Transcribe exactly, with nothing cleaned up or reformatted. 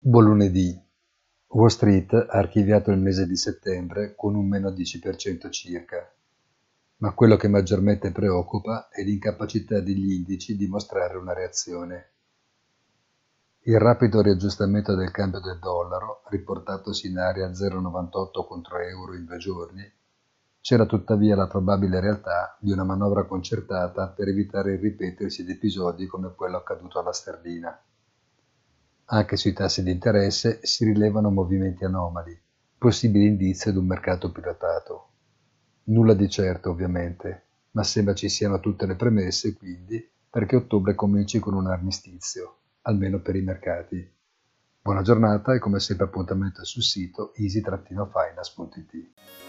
Buon lunedì. Wall Street ha archiviato il mese di settembre con un meno dieci per cento circa, ma quello che maggiormente preoccupa è l'incapacità degli indici di mostrare una reazione. Il rapido riaggiustamento del cambio del dollaro, riportatosi in area zero virgola novantotto contro euro in due giorni, c'era tuttavia la probabile realtà di una manovra concertata per evitare il ripetersi di episodi come quello accaduto alla sterlina. Anche sui tassi di interesse si rilevano movimenti anomali, possibili indizi di un mercato pilotato. Nulla di certo, ovviamente, ma sembra ci siano tutte le premesse, quindi, perché ottobre cominci con un armistizio, almeno per i mercati. Buona giornata e come sempre appuntamento sul sito easy-finance punto it.